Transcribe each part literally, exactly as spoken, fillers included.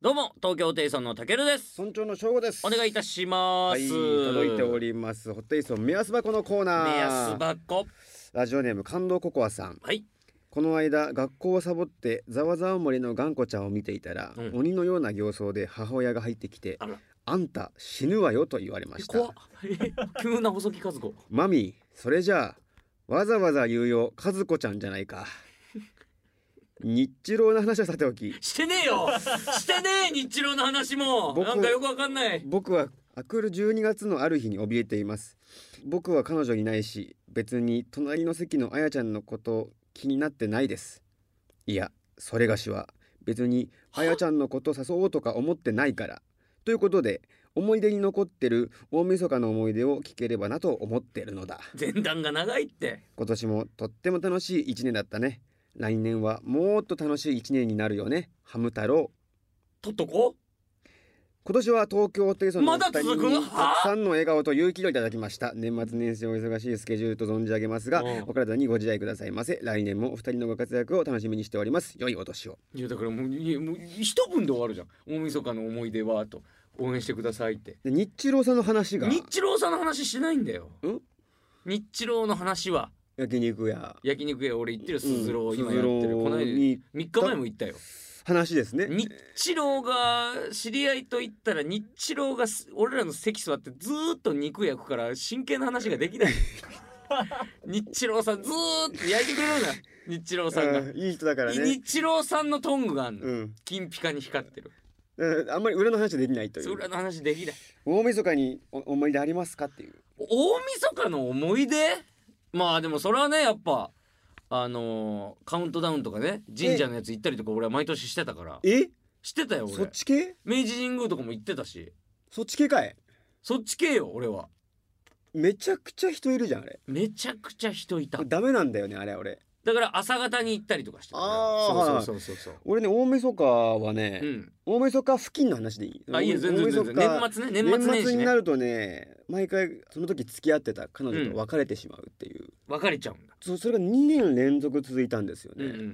どうも東京ホテイソンのたけるです。 村長の翔吾です。 お願いいたします。 はい、届いておりますホテイソン目安箱のコーナー。 目安箱。 ラジオネーム感動ココアさん。 はい。 この間学校をサボってざわざわ森の頑固ちゃんを見ていたら、うん、鬼のような形相で母親が入ってきて、あ, あんた死ぬわよと言われました。 怖っ急な細木和子。 マミー、それじゃあわざわざ言うよ和子ちゃんじゃないか。日露の話はさておき。 してねえよしてねえ日露の話もなんかよくわかんない。 僕はあくるじゅうにがつのある日に怯えています。僕は彼女いないし、別に隣の席のあやちゃんのこと気になってないです。いや、それがしは別にあやちゃんのこと誘おうとか思ってないから。ということで思い出に残ってる大晦日の思い出を聞ければなと思ってるのだ。 前段が長いって。 今年もとっても楽しい一年だったね。来年はもっと楽しい一年になるよね、ハム太郎。 とっとこ。 今年は東京ホテイソンのお二人まにたくさんの笑顔と勇気をいただきました。年末年始お忙しいスケジュールと存じ上げますが、お体にご自愛くださいませ。来年もお二人のご活躍を楽しみにしております。良いお年を。 いやだからもう、いやもう一文で終わるじゃん。大晦日の思い出はと応援してくださいって。 で日露さんの話が日露さんの話してないんだよ。ん日露の話は焼肉屋焼肉屋俺行ってる。スズロー、うん、今やってる。この間みっかまえも行ったよ。話ですね。日露が知り合いと言ったら日露が俺らの席座ってずーっと肉焼くから真剣な話ができない日露さんずーっと焼いてくれるんだ。日露さんがいい人だからね。 日露さんのトングがあるの、うん、金ピカに光ってる。 あんまり裏の話できないという。 裏の話できない。 大晦日に思い出ありますかっていう。 大晦日の思い出。まあでもそれはねやっぱあのー、カウントダウンとかね神社のやつ行ったりとか俺は毎年してたから。 えしてたよ俺。 そっち系。 明治神宮とかも行ってたし。 そっち系かい。 そっち系よ俺は。 めちゃくちゃ人いるじゃんあれ。 めちゃくちゃ人いた。 ダメなんだよねあれ俺。 だから朝方に行ったりとかしてた。ああそうそうそうそう。 俺ね大晦日はね、うん、大晦日付近の話でいい。 あいいよ全然全然。年末ね年末年始ね。 年末になるとね毎回その時付き合ってた彼女と別れてしまうっていう、 うん、別れちゃうんだ。 そ, それがにねん連続続いたんですよね、うんうんうん、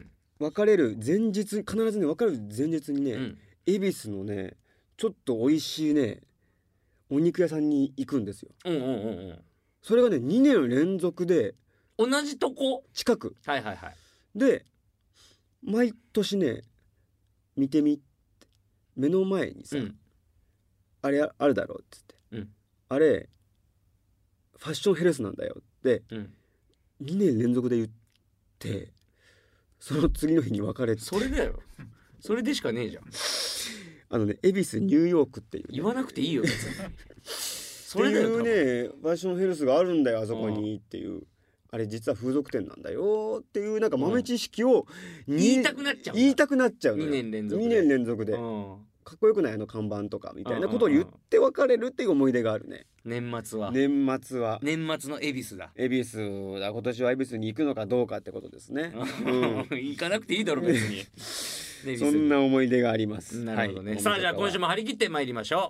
別れる前日必ずね別れる前日にね、うん、恵比寿のねちょっと美味しいねお肉屋さんに行くんですよ、うんうんうんうん、それがねにねん連続で同じとこ近く。 はいはいはい。 で毎年ね見てみって目の前にさ、うん、あれあるだろうっつって、うん、あれファッションヘルスなんだよって、うん、にねん連続で言ってその次の日に別れて。 それだよそれでしかねえじゃんあのね恵比寿ニューヨークっていう、ね、 言わなくていいよ別にそれだよっていうねファッションヘルスがあるんだよあそこにっていう。あれ実は風俗店なんだよっていうなんか豆知識を、 うん、言いたくなっちゃう言いたくなっちゃうのよ。 にねん連続でにねん連続で、うん、かっこよくないあの看板とかみたいなことを言って別れるっていう思い出があるね。 年末は年末は年末の恵比寿だ。 恵比寿だ。今年は恵比寿に行くのかどうかってことですね、うん、 行かなくていいだろ別にそんな思い出があります。 なるほどね、はい、さあじゃあ今週も張り切ってまいりましょ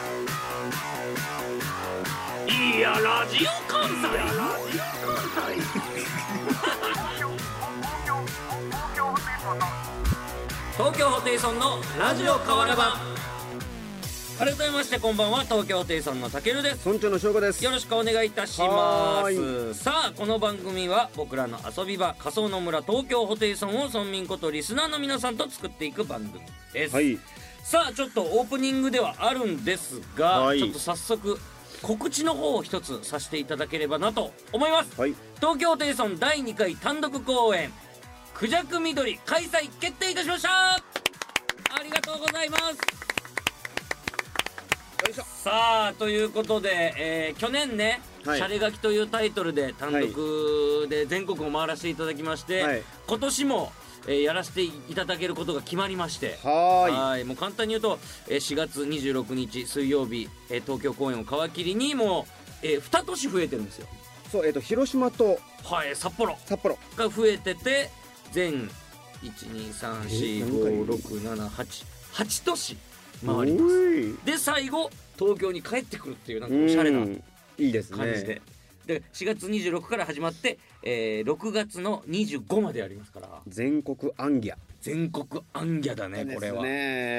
う。いやラジオ関西東京ホテイソンのラジオ河原版。改めましてこんばんは東京ホテイソンのたけるです。 村長の翔吾です。 よろしくお願いいたします。さあこの番組は僕らの遊び場仮想の村東京ホテイソンを村民ことリスナーの皆さんと作っていく番組です、はい、さあちょっとオープニングではあるんですが、はい、ちょっと早速告知の方を一つさせていただければなと思います、はい、東京ホテイソンだいにかい単独公演クジャクみどり開催決定いたしました。ありがとうございます。よいしょ。さあということで、えー、去年ね、はい、シャレ書きというタイトルで単独で全国を回らせていただきまして、はい、今年もえー、やらせていただけることが決まりまして、はい、もう簡単に言うと、えー、しがつにじゅうろくにち水曜日、えー、東京公演を皮切りにもう、えー、に都市増えてるんですよ。 そう、えーと、広島と、 はい、札幌札幌が増えてて全いちにさんしごろくななはちはち都市回ります。で最後東京に帰ってくるっていうなんかおしゃれな感じで、いいですね。でしがつにじゅうろくから始まって、えー、ろくがつのにじゅうごまでありますから。 全国アンギャ全国アンギャだねこれは。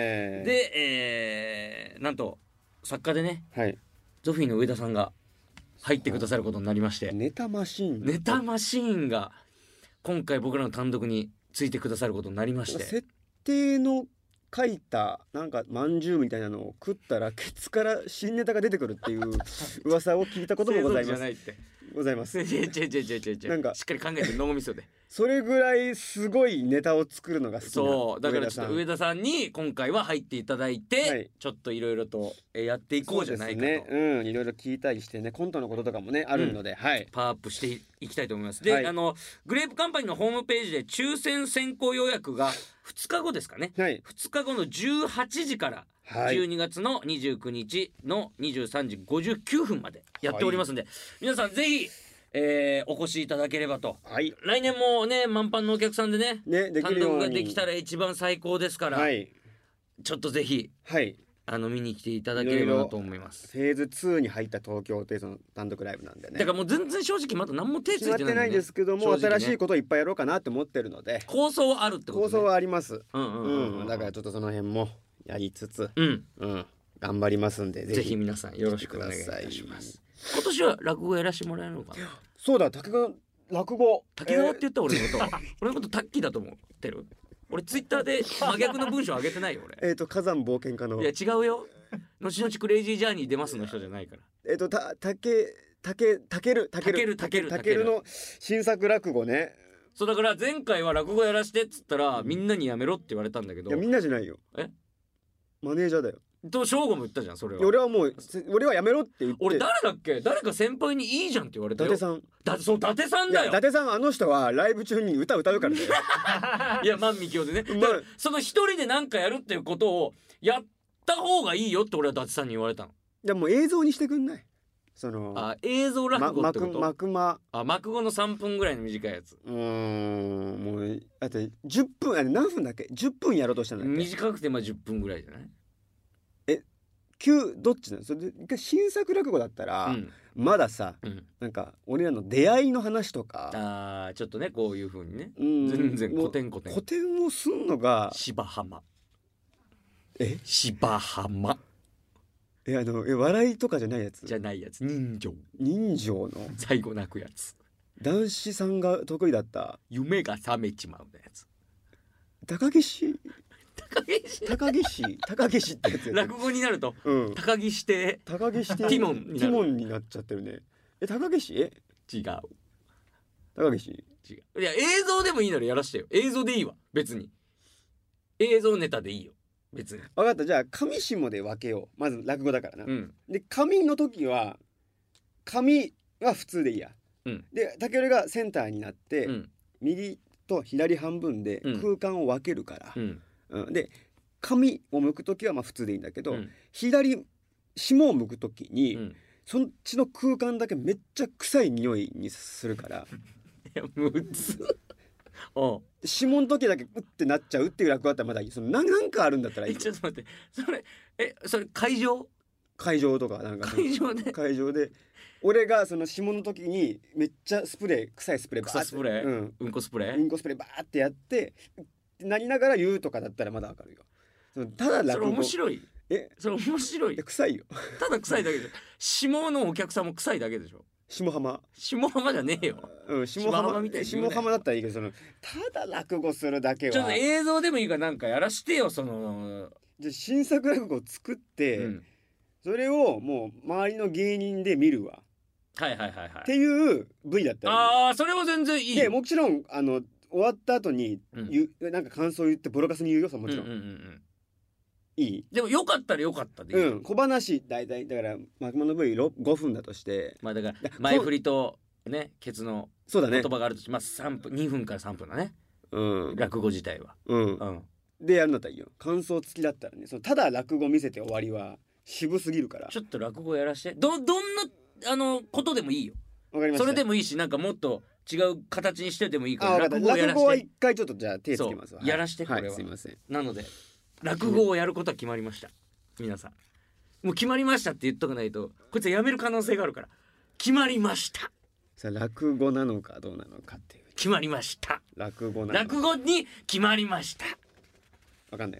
はいで、えー、なんと作家でね、 はい、 ゾフィーの上田さんが入ってくださることになりまして、 ネタマシーンネタマシーンが今回僕らの単独についてくださることになりまして、 設定の書いたなんかまんじゅうみたいなのを食ったらケツから新ネタが出てくるっていう噂を聞いたこともございます。 じゃないってございます。 違う違う違う違う違う、 なんかしっかり考えて脳みそでそれぐらいすごいネタを作るのが好きなそうだからちょっと上田田さんに今回は入っていただいて、 はい、 ちょっといろいろとやっていこうじゃないかと、 ね、うん、いろいろ聞いたりしてね、コントのこととかもねあるので、うん、はい、 パワーアップしていきたいと思います。で、はい、あのグレープカンパニーのホームページで抽選先行予約がふつかごですかね、はい、ふつかごのじゅうはちじからじゅうにがつのにじゅうくにちのにじゅうさんじごじゅうきゅうふんまでやっておりますんで、はい、皆さんぜひえー、お越しいただければと、はい、来年もね満帆のお客さんで ね, ねで単独ができたら一番最高ですから、はい、ちょっとぜひ、はい、あの見に来ていただければなと思います。 フェーズツーに入った東京っていうその単独ライブなんでね、 だからもう全然正直まだ何も手ついてないんで、ね、決まってないんですけども、ね、新しいことをいっぱいやろうかなって思ってるので構想はあるってことね。 構想はあります、うんうんうんうん、だからちょっとその辺もやりつつ、うんうん、頑張りますんで、 ぜひ皆さんよろしくお願いいたします。今年は落語やらしてもらえるのかな。 そうだ、竹川落語竹川って言った俺のこと、えー、俺のことタッキーだと思ってる。俺ツイッターで真逆の文章上げてないよ俺。 えっと火山冒険家の、 いや違うよ、後々クレイジージャーニー出ますの人じゃないから。 えっとた竹竹竹る竹る竹る竹るの新作落語ね。 そうだから前回は落語やらしてっつったら、うん、みんなにやめろって言われたんだけど、 いやみんなじゃないよ、えマネージャーだよと翔吾も言ったじゃん。それは俺はもう俺はやめろって言って、 俺誰だっけ、誰か先輩にいいじゃんって言われたよ。 伊達さんだそう伊達さんだよ。 伊達さんあの人はライブ中に歌歌うからねいや万美京でね、まあ、その一人で何かやるっていうことをやった方がいいよって俺は伊達さんに言われたの。 いやもう映像にしてくんない、そのあ映像落語ってこと、 ま、幕間あ幕後のさんぷんぐらいの短いやつ。 うーんもうあとじゅっぷん、あれ何分だっけ、じゅっぷんやろうとしたんだっけ。 短くてまあじゅっぷんぐらいじゃない。 急どっちなのそれで。一回新作落語だったら、うん、まださ、うん、なんか俺らの出会いの話とか、 あーちょっとねこういう風にね、うん、全然古典古典古典をすんのが芝浜え芝浜えあのえ笑いとかじゃないやつじゃないやつ、人情人情の最後泣くやつ、 男子さんが得意だった夢が覚めちまうのやつ、 高岸高岸高岸高岸ってやつや落語になると、うん、高岸亭高岸亭ティモンになるティモンになっちゃってるね。え高岸え違う高岸違う。いや映像でもいいならやらしてよ。映像でいいわ別に。映像ネタでいいよ別に。 分かった、じゃあ上下で分けよう。まず落語だからな、うん、で上の時は上は普通でいいや、うん、で竹折がセンターになって、うん、右と左半分で空間を分けるから、うんうん、で上を向くときはまあ普通でいいんだけど、うん、左下を向くときに、うん、そっちの空間だけめっちゃ臭い匂いにするからいやむずお下の時だけうってなっちゃうっていう落語だったらまだいい。そのななんかあるんだったらいい。 ちょっと待って、それえそれ会場会場とかなんか会場で会場で俺がその下の時にめっちゃスプレー臭いスプレーバーってスプレー、うん、うんこスプレーうんこスプレーバーってやってなりながら言うとかだったらまだわかるよ。そのただ落語それ面白い。えそれ面白い。 臭いよただ臭いだけで下のお客さんも臭いだけでしょ。 下浜下浜じゃねえよ、 うん、下浜みたいな下浜だったらいいけど、そのただ落語するだけはちょっと映像でもいいからなんかやらしてよ。そのじゃ新作落語を作って、うん、それをもう周りの芸人で見るわ。 はいはいはいはいっていう部位だったら、 ああそれは全然いい。 でもちろんあの終わった後に、うん、なんか感想言ってボロカスに言うよ、もちろん、うんうんうん、いい。 でもよかったらよかったでいい。 うん小話大体だから幕間の部位ごふんだとして、 まあだから前振りとねケツの言葉があるとして、まあさんぷんにふんからさんぷんだね、うん、落語自体は、うん、うん、 でやるんだったらいいよ。感想付きだったらね。そのただ落語見せて終わりは渋すぎるから。 ちょっと落語やらして。どどんなあのことでもいいよ。 わかりました。 それでもいいし、なんかもっと違う形にしてでもいいから落語をやらして。落語は一回ちょっとじゃあ手つけますわ。 やらしてこれは、 はい、すいません。 なので落語をやることは決まりました。皆さんもう決まりましたって言っとかないとこいつはやめる可能性があるから。決まりました。 さあ落語なのかどうなのかっていう。 決まりました。 落語なのか。 落語に決まりました。 わかんないですよ。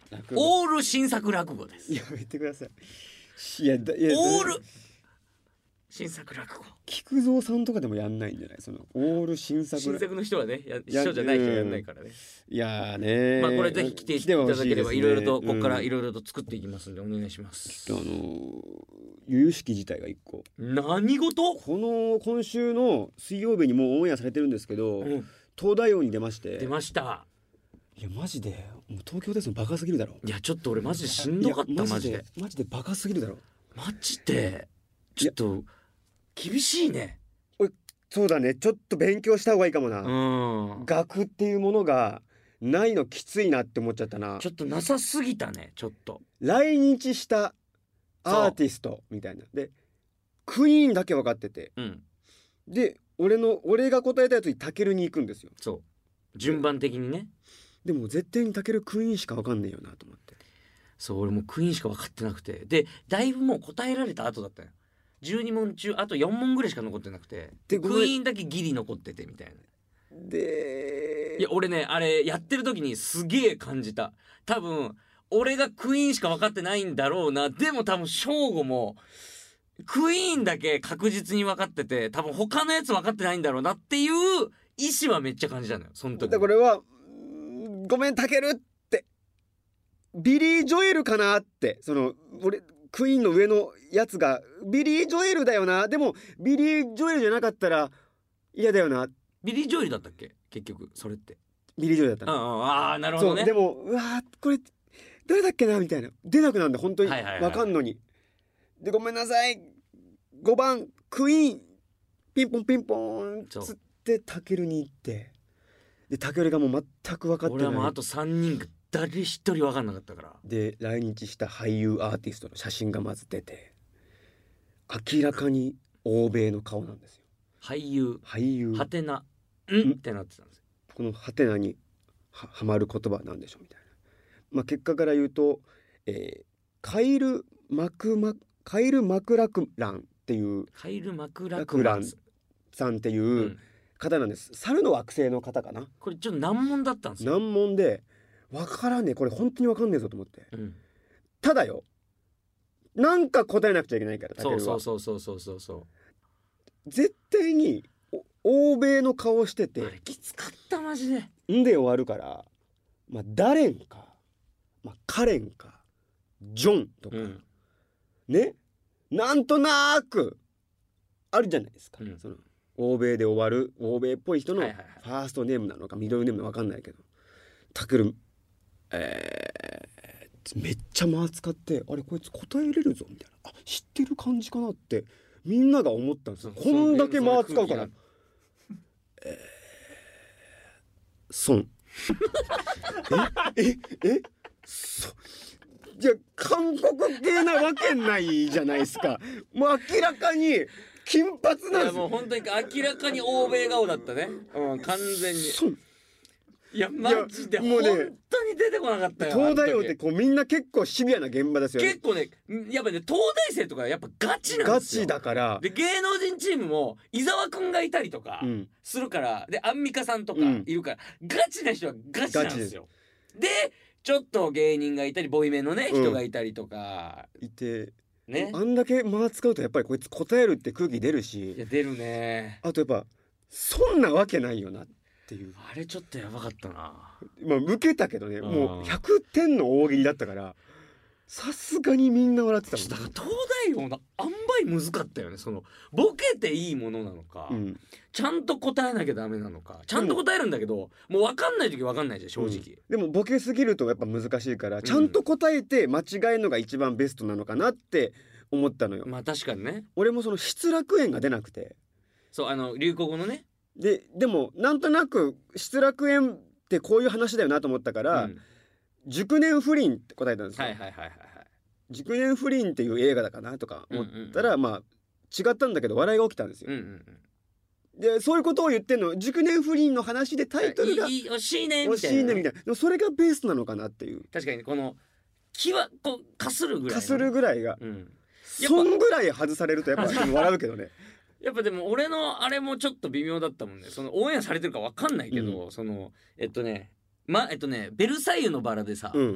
落語オール新作落語です。 やめてください。いやだいやオール新作落語。 菊蔵さんとかでもやんないんじゃない？そのオール新作。 新作の人はね、や一緒じゃない人はやんないからね。 いやーね。 まあこれぜひ来ていただければいろいろとここからいろいろと作っていきますんでお願いします。 あのー、由々しき事態が一個。 何事？ この今週の水曜日にもうオンエアされてるんですけど、うん、東大王に出まして。 出ました。 いやマジでもう東京ですのバカすぎるだろ。 いやちょっと俺マジでしんどかったマジで。 マジでバカすぎるだろ。 マジでちょっと厳しいね。 そうだね、ちょっと勉強した方がいいかもな。 うん、 学っていうものがないのきついなって思っちゃったな。 ちょっとなさすぎたね。ちょっと来日したアーティストみたいなでクイーンだけ分かってて、 うん、 で俺の俺が答えたやつにタケルに行くんですよ。 そう順番的にね。 でも絶対にタケルクイーンしか分かんねえよなと思って。 そう俺もクイーンしか分かってなくて、でだいぶもう答えられた後だったよ。じゅうに問中あとよん問ぐらいしか残ってなくて、でクイーンだけギリ残っててみたいな。 でいや俺ねあれやってる時にすげえ感じた。多分俺がクイーンしか分かってないんだろうな。でも多分ショーゴもクイーンだけ確実に分かってて、多分他のやつ分かってないんだろうなっていう意思はめっちゃ感じたのよその時。 だこれはごめんタケルってビリー・ジョエルかなって、その俺クイーンの上のやつがビリー・ジョエルだよな。でもビリー・ジョエルじゃなかったら嫌だよな。 ビリー・ジョエルだったっけ結局それって。 ビリー・ジョエルだったの。ああなるほどね。 そうでもうわーこれ誰だっけなみたいな出なくなるんだ本当に、はいはいはい、分かんのに。でごめんなさいごばんクイーンピンポンピンポンつってタケルに行って、でタケルがもう全く分かってない。 俺はもうあとさんにんが誰一人分かんなかったから。 で来日した俳優アーティストの写真がまず出て、明らかに欧米の顔なんですよ。 俳優俳優はてなうんってなってたんですよ。 このはてなに は, はまる言葉なんでしょうみたいな。まあ結果から言うと、えー、カイル・マクマカイル・マクラクランっていうカイル・マクラクランさんっていう方なんです、うん、猿の惑星の方かな。 これちょっと難問だったんですよ。 難問で分からんねえこれ本当に分かんねえぞと思って、 うん、 ただよなんか答えなくちゃいけないからタケルは。 そうそうそうそうそうそう絶対に欧米の顔してて、 あれきつかったマジで。 んで終わるから、まあダレンか、まあ、カレンかジョンとか、うん、ねなんとなくあるじゃないですか、うん、その欧米で終わる欧米っぽい人のファーストネームなのかミドルネームなのか分かんないけど、タケルえー、めっちゃ間使ってあれこいつ答えれるぞみたいな、あ知ってる感じかなってみんなが思ったんですよ。こんだけ間使うからえー、損えええそじゃ韓国系なわけないじゃないですか。もう明らかに金髪なんですよ。いやもう本当に明らかに欧米顔だったね、うん、完全に。いやマジでもうね本当に出てこなかったよ。 東大王ってこうみんな結構シビアな現場ですよね。 結構ねやっぱね東大生とかやっぱガチなんですよ。 ガチだからで芸能人チームも伊沢くんがいたりとかするから、うん、でアンミカさんとかいるから、うん、ガチな人はガチなんですよ。でちょっと芸人がいたりボイメンのね、うん、人がいたりとかいてね、あんだけ間使うとやっぱりこいつ答えるって空気出るし、 いや出るね。 あとやっぱそんなわけないよなっていう。あれちょっとやばかったな。 まあ受けたけどね、もうひゃくてんの大喜利だったからさすがにみんな笑ってたもん。 だから東大王の塩梅難かったよね。そのボケていいものなのか、うん、ちゃんと答えなきゃダメなのか。ちゃんと答えるんだけどもう分かんない時分かんないじゃん正直、うん、 でもボケすぎるとやっぱ難しいから、うん、ちゃんと答えて間違えるのが一番ベストなのかなって思ったのよ。 まあ確かにね。 俺もその失楽園が出なくて、 そうあの流行語のね。 ででもなんとなく失楽園ってこういう話だよなと思ったから、うん、熟年不倫って答えたんですよ。 はいはいはいはい。 熟年不倫っていう映画だかなとか思ったら、うんうんうん、まあ違ったんだけど笑いが起きたんですよ、うんうんうん、でそういうことを言ってんの熟年不倫の話でタイトルが惜しいねみたいな、ね、惜しいねみたいな。 でもそれがベースなのかなっていう。 確かにこの気はこうかするぐらいかするぐらいが、うん、そんぐらい外されるとやっぱ笑うけどねやっぱでも俺のあれもちょっと微妙だったもんね。そのオンエアされてるか分かんないけど、うん、そのえっとねまえっとねベルサイユのバラでさ、うん、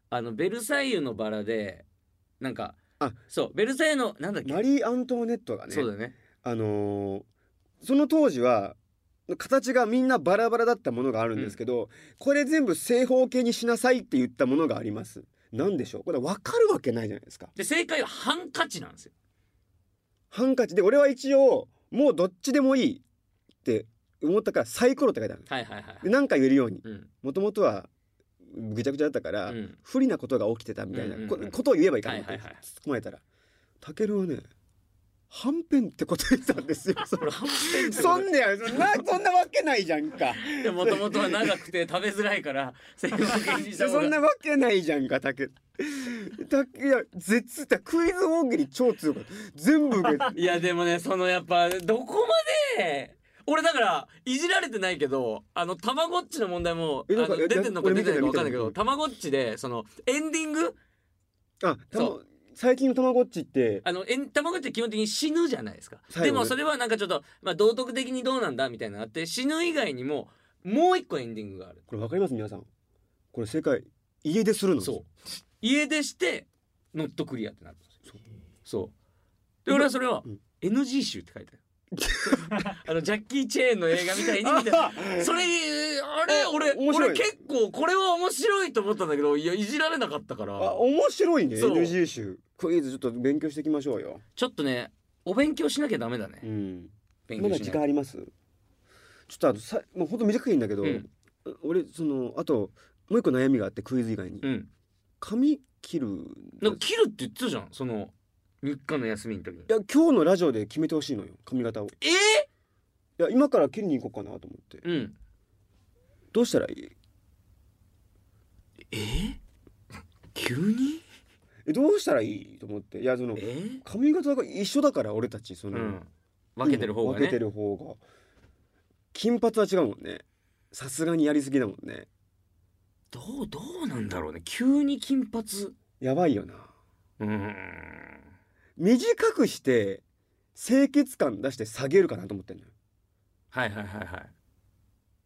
あのベルサイユのバラでなんかあそうベルサイユのなんだっけマリー・アントワネットがねそうだねあのーその当時は形がみんなバラバラだったものがあるんですけど、うん、これ全部正方形にしなさいって言ったものがあります。なんでしょうこれ分かるわけないじゃないですか。 で正解はハンカチなんですよ。 ハンカチで俺は一応もうどっちでもいいって思ったからサイコロって書いてある、 はいはいはい、 で何か言えるようにもともとはぐちゃぐちゃだったから、うん、不利なことが起きてたみたいな、うんうんうん、ことを言えばいいかなって、はいはいはい、突っ込まれたらタケルはねはんぺんってこと言ったんですよ。そんなそんなそんなわけないじゃんか。 もともとは長くて食べづらいから正方形にした方がそんなわけないじゃんかタケだいや絶対クイズ大喜利超強かった全部いやでもねそのやっぱどこまで俺だからいじられてないけどあのたまごっちの問題もあの出てんのか出てないのか分かんないけどたまごっちでそのエンディングあそう最近のたまごっちってあのたまごっちって基本的に死ぬじゃないですか、ね、でもそれはなんかちょっと、まあ、道徳的にどうなんだみたいなのがあって死ぬ以外にももう一個エンディングがある。 これ分かります皆さんこれ正解家出するのそう家出してノットクリアってなるんですよ。そうで俺はそれは エヌジー 集って書いてあるあのジャッキー・チェーンの映画みたいにみたいなそれあれ俺俺結構これは面白いと思ったんだけどいやいじられなかったからあ面白いね エヌジー 集クイズちょっと勉強していきましょうよ。 ちょっとねお勉強しなきゃダメだね、 うん、勉強しまだ時間あります。ちょっとあとさもうほんと短いんだけど、うん、俺そのあともう一個悩みがあってクイズ以外に、うん、髪切るなんか切るって言ってたじゃんそのみっかの休みの時に。いや今日のラジオで決めてほしいのよ髪型を。 えー、 いや今から切りに行こうかなと思って、うん、どうしたらいい？ えー、急にえどうしたらいいと思っていやその、えー、髪型が一緒だから俺たちその、うん、 分けてる方がね分けてる方が金髪は違うもんね。さすがにやりすぎだもんね。 どうどうなんだろうね急に金髪やばいよな。 うん短くして清潔感出して下げるかなと思ってんのよ。 はいはいはいはい。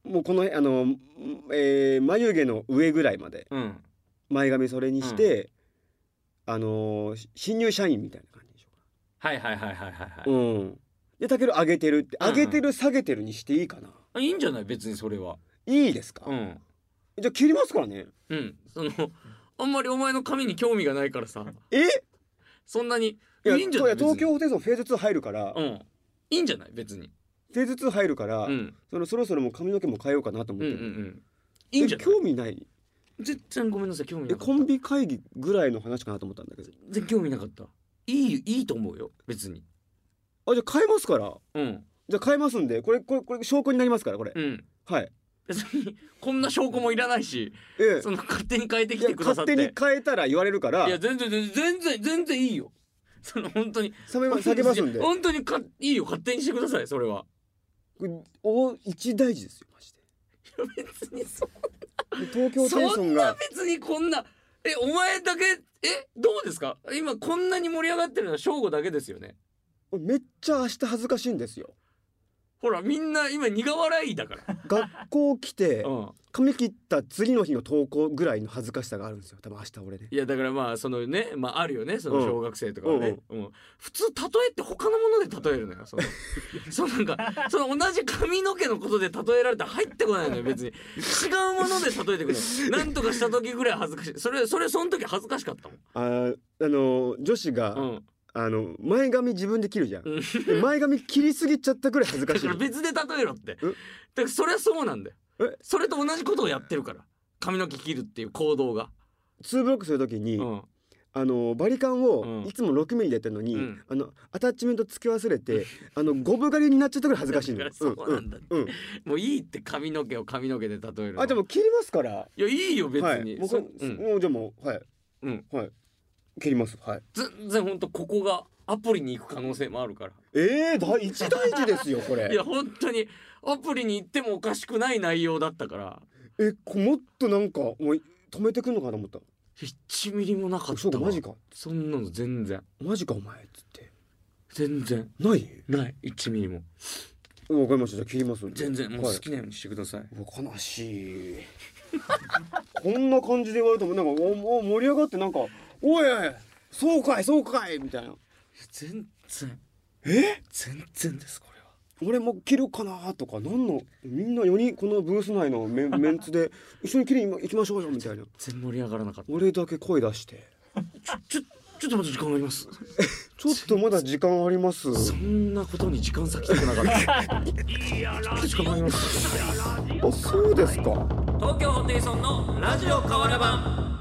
もうこのあの、えー、眉毛の上ぐらいまで、うん、前髪それにして、うん、あのー、新入社員みたいな感じでしょうか。はいはいはいはいはいはい。 うんでたける上げてるって上げてる下げてるにしていいかな、 うん、いいんじゃない別にそれは。 いいですか、うん、じゃあ切りますからね。 うんそのあんまりお前の髪に興味がないからさえそんなにいやいいんじゃない東京ホテイソンフェーズツー入るから、 うん、いいんじゃない別にフェーズツー入るから、うん、そのそろそろもう髪の毛も変えようかなと思ってる、うんうんうん、 いいんじゃない興味ない。 全然ごめんなさい興味なかった。 コンビ会議ぐらいの話かなと思ったんだけど全然興味なかった。いいいいと思うよ別に。 あじゃあ変えますから、 うん、 じゃあ変えますんでこれこれこれ証拠になりますからこれ、うん、はい別にこんな証拠もいらないし、ええ、その勝手に変えてきてくださって勝手に変えたら言われるからいや全然全然全然全然いいよその本当に下げますんで本当にかいいよ勝手にしてくださいそれは。 これお一大事ですよマジで。 いや別にそんな東京ホテイソンがそんな別にこんなえお前だけえどうですか今こんなに盛り上がってるのは正吾だけですよね。 めっちゃ明日恥ずかしいんですよ。 ほらみんな今苦笑いだから学校来て、うん、髪切った次の日の登校ぐらいの恥ずかしさがあるんですよ多分明日俺ね。 いやだからまあそのねまああるよねその小学生とかはね、うんうんうん、普通例えって他のもので例えるのよそのそのなんかその同じ髪の毛のことで例えられたら入ってこないのよ別に違うもので例えてくるのなんとかした時ぐらい恥ずかしいそれそれその時恥ずかしかったもん。 ああの女子が、うんあの前髪自分で切るじゃん前髪切りすぎちゃったぐらい恥ずかしい。 だから別で例えろってだからそれはそうなんだよ。それと同じことをやってるから髪の毛切るっていう行動がツーブロックするときに、うん、あのバリカンをいつもろくミリでやってるのに、うん、あのアタッチメント付け忘れてあのゴブ狩りになっちゃったぐらい恥ずかしいのよ。 そうなんだ、うんうん、もういいって髪の毛を髪の毛で例えるの。 あでも切りますから。 いやいいよ別に、はい、 僕、うん、もうじゃあもうはい、うんはい切ります。はい全然ほんとここがアプリに行く可能性もあるから。 えー、大一大事ですよこれ。 いや本当にアプリに行ってもおかしくない内容だったから。 えもっとなんかもう止めてくんのかと思った。 いちミリもなかったわ。 そうかマジか。 そんなの全然。 マジかお前っつって全然ないないいちミリも。 わかりましたじゃあ切りますんで。 全然もう好きなようにしてください、 はい、悲しいこんな感じで言われてもなんかおお盛り上がってなんかおいおいそうかいそうかいみたいな。 全然え全然ですこれは。 俺も着るかなとかなんのみんなよにんこのブース内のメン、メンツで一緒に着に行きましょうよみたいな。 全然盛り上がらなかった。 俺だけ声出してちょちょちょっとまだ時間ありますちょっとまだ時間あります。 そんなことに時間割きたくなかったいやちょっと時間ありますあ、そうですか。 東京ホテイソンのラジオ河原版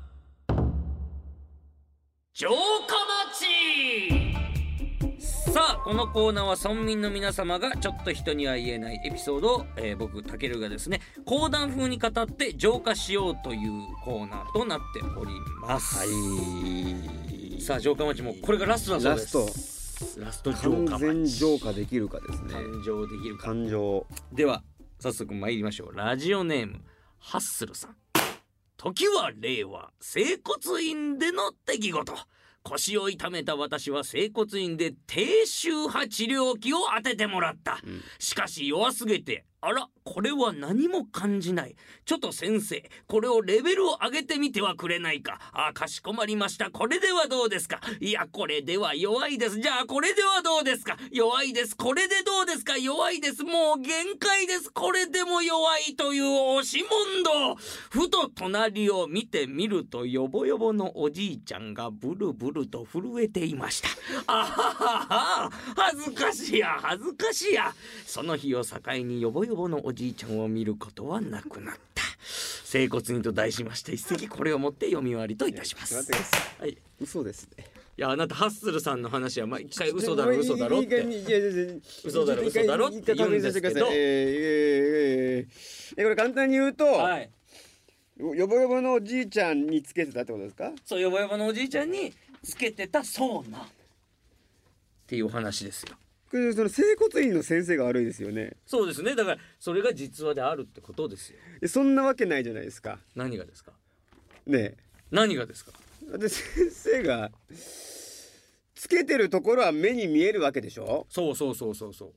城下町。さあこのコーナーは村民の皆様がちょっと人には言えないエピソードを、えー、僕たけるがですね講談風に語って浄化しようというコーナーとなっております。はいさあ城下町もこれがラストだそうです。 ラストラスト浄化町完全浄化できるかですね。 誕生できるか。 感情では早速参りましょう。ラジオネームハッスルさん。時は令和、整骨院での出来事。腰を痛めた私は整骨院で低周波治療器を当ててもらった、うん、しかし弱すぎてあらこれは何も感じない。ちょっと先生これをレベルを上げてみてはくれないか。あかしこまりました。これではどうですか。いやこれでは弱いです。じゃあこれではどうですか。弱いです。これでどうですか。弱いです。もう限界です。これでも弱いという押し問答。ふと隣を見てみるとヨボヨボのおじいちゃんがブルブルと震えていました。あははは恥ずかしや恥ずかしや。その日を境にヨボヨボのおじいちゃんを見ることはなくなった。整骨院と題しまして一席これをもって読み終わりといたします。 はい、嘘ですね。 いやあなたハッスルさんの話は毎回嘘だろ嘘だろって嘘だろ嘘だろって言うんですけど、 えーえー、これ簡単に言うと、はい、ヨボヨボのおじいちゃんにつけてたってことですか。 そうヨボヨボのおじいちゃんにつけてたそうなっていうお話ですよ。 その整骨院の先生が悪いですよね。 そうですね。だからそれが実話であるってことですよ。 そんなわけないじゃないですか。 何がですかねえ何がですか。 で先生がつけてるところは目に見えるわけでしょ。 そうそうそうそうそう。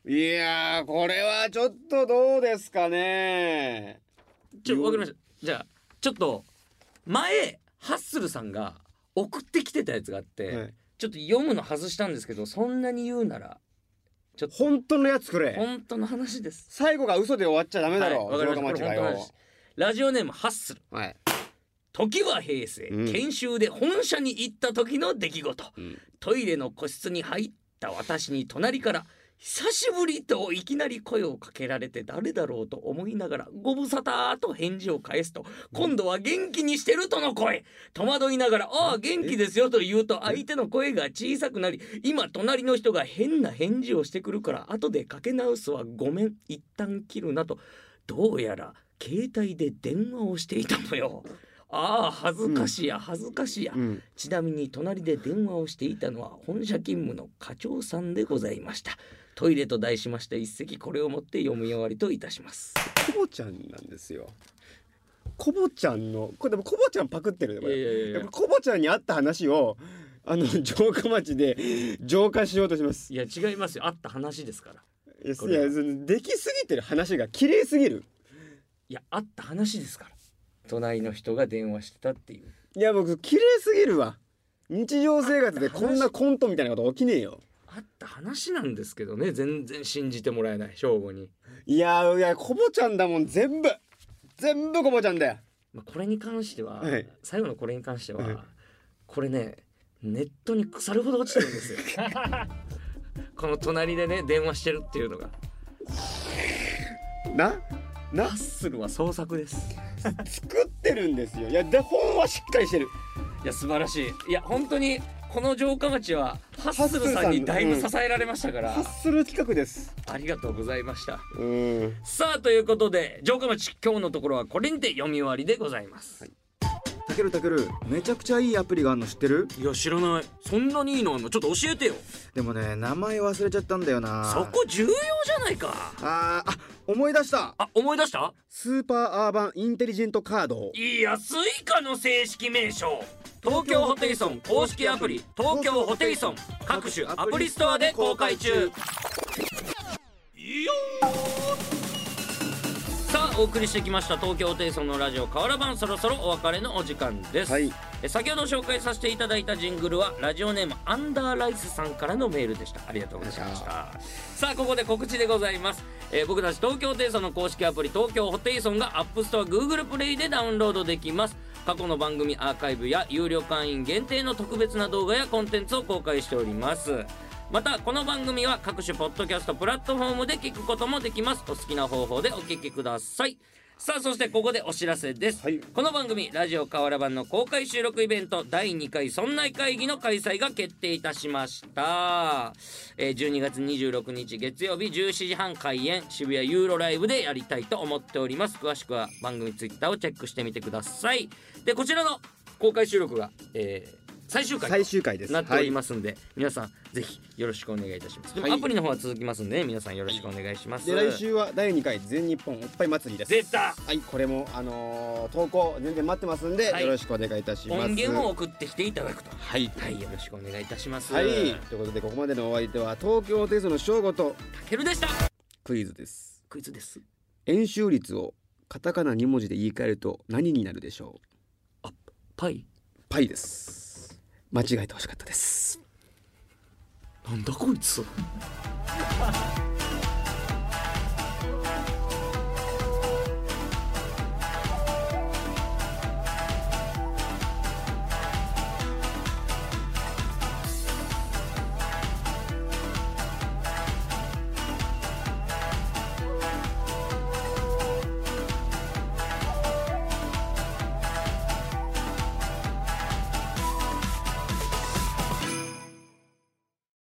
いやーこれはちょっとどうですかね。 ちょわかりました。じゃあちょっと前ハッスルさんが送ってきてたやつがあって、はい、ちょっと読むの外したんですけどそんなに言うならちょっと本当のやつくれ。 本当の話です。 最後が嘘で終わっちゃダメだろ。 わかりました。ラジオネームハッスル、はい、時は平成、うん、研修で本社に行った時の出来事、うん、トイレの個室に入った私に隣から久しぶりといきなり声をかけられて誰だろうと思いながらご無沙汰と返事を返すと今度は元気にしてるとの声。戸惑いながらああ元気ですよと言うと相手の声が小さくなり今隣の人が変な返事をしてくるから後でかけ直すわごめん一旦切るなとどうやら携帯で電話をしていたのよ。ああ恥ずかしや恥ずかしや、うん、ちなみに隣で電話をしていたのは本社勤務の課長さんでございました。トイレと題しまして一席これをもって読み終わりといたします。 コボちゃんなんですよ。コボちゃんのこれでもコボちゃんパクってるねこれ。いやいやいやコボちゃんにあった話をあの城下町で浄化しようとします。 いや違いますよ。あった話ですから。 いやいやできすぎてる話が綺麗すぎる。 いやあった話ですから。隣の人が電話してたっていう。 いや僕綺麗すぎるわ。日常生活でこんなコントみたいなこと起きねえよ。 あった話なんですけどね全然信じてもらえない正吾に。 いやいやコボちゃんだもん全部全部コボちゃんだよ。 まあ、これに関しては、はい、最後のこれに関しては、はい、これねネットに腐るほど落ちてるんですよこの隣でね電話してるっていうのがななハッスルは創作です作ってるんですよ。いやで本はしっかりしてる。 いや素晴らしい。いや本当にこの城下町はハッスルさんにだいぶ支えられましたから、 うん、ハッスル企画です。 ありがとうございました。 うん、 さあということで城下町今日のところはこれにて読み終わりでございます。はい、 たけるたけるめちゃくちゃいいアプリがあるの知ってる？ いや知らない。そんなにいいのあんの？ちょっと教えてよ。 でもね名前忘れちゃったんだよな。 そこ重要じゃないか。 あーあ思い出した。 あ思い出した。 スーパーアーバンインテリジェントカード。 いやスイカの正式名称東京ホテイソン公式アプリ東京ホテイソン各種アプリストアで公開中。いいよさあお送りしてきました東京ホテイソンのラジオ河原版、そろそろお別れのお時間です、はい、え先ほど紹介させていただいたジングルはラジオネームアンダーライスさんからのメールでした。ありがとうございました。さあここで告知でございます、えー、僕たち東京ホテイソンの公式アプリ東京ホテイソンがアップストア Google プレイでダウンロードできます。過去の番組アーカイブや有料会員限定の特別な動画やコンテンツを公開しております。またこの番組は各種ポッドキャストプラットフォームで聞くこともできます。お好きな方法でお聞きください。さあそしてここでお知らせです、はい、この番組ラジオ河原版の公開収録イベントだいにかいそんない会議の開催が決定いたしました、えー、じゅうにがつにじゅうろくにち月曜日じゅうしちじはん開演、渋谷ユーロライブでやりたいと思っております。詳しくは番組ツイッターをチェックしてみてください。でこちらの公開収録が、えー最終回最終回ですなっておりますんで、はい、皆さんぜひよろしくお願いいたします。でもアプリの方は続きますんで、ね、皆さんよろしくお願いします。 で来週はだいにかい全日本おっぱい祭りです。 出た。 はい、これもあのー、投稿全然待ってますんで、はい、よろしくお願いいたします。 音源を送ってきていただくと、 はい、 はい、よろしくお願いいたします。 はい、ということでここまでのお相手は東京ホテイソンの翔吾とたけるでした。 クイズです。 クイズです。 円周率をカタカナにもじで言い換えると何になるでしょう。あ、パイ。 パイです。間違えてほしかったです。 なんだこいつ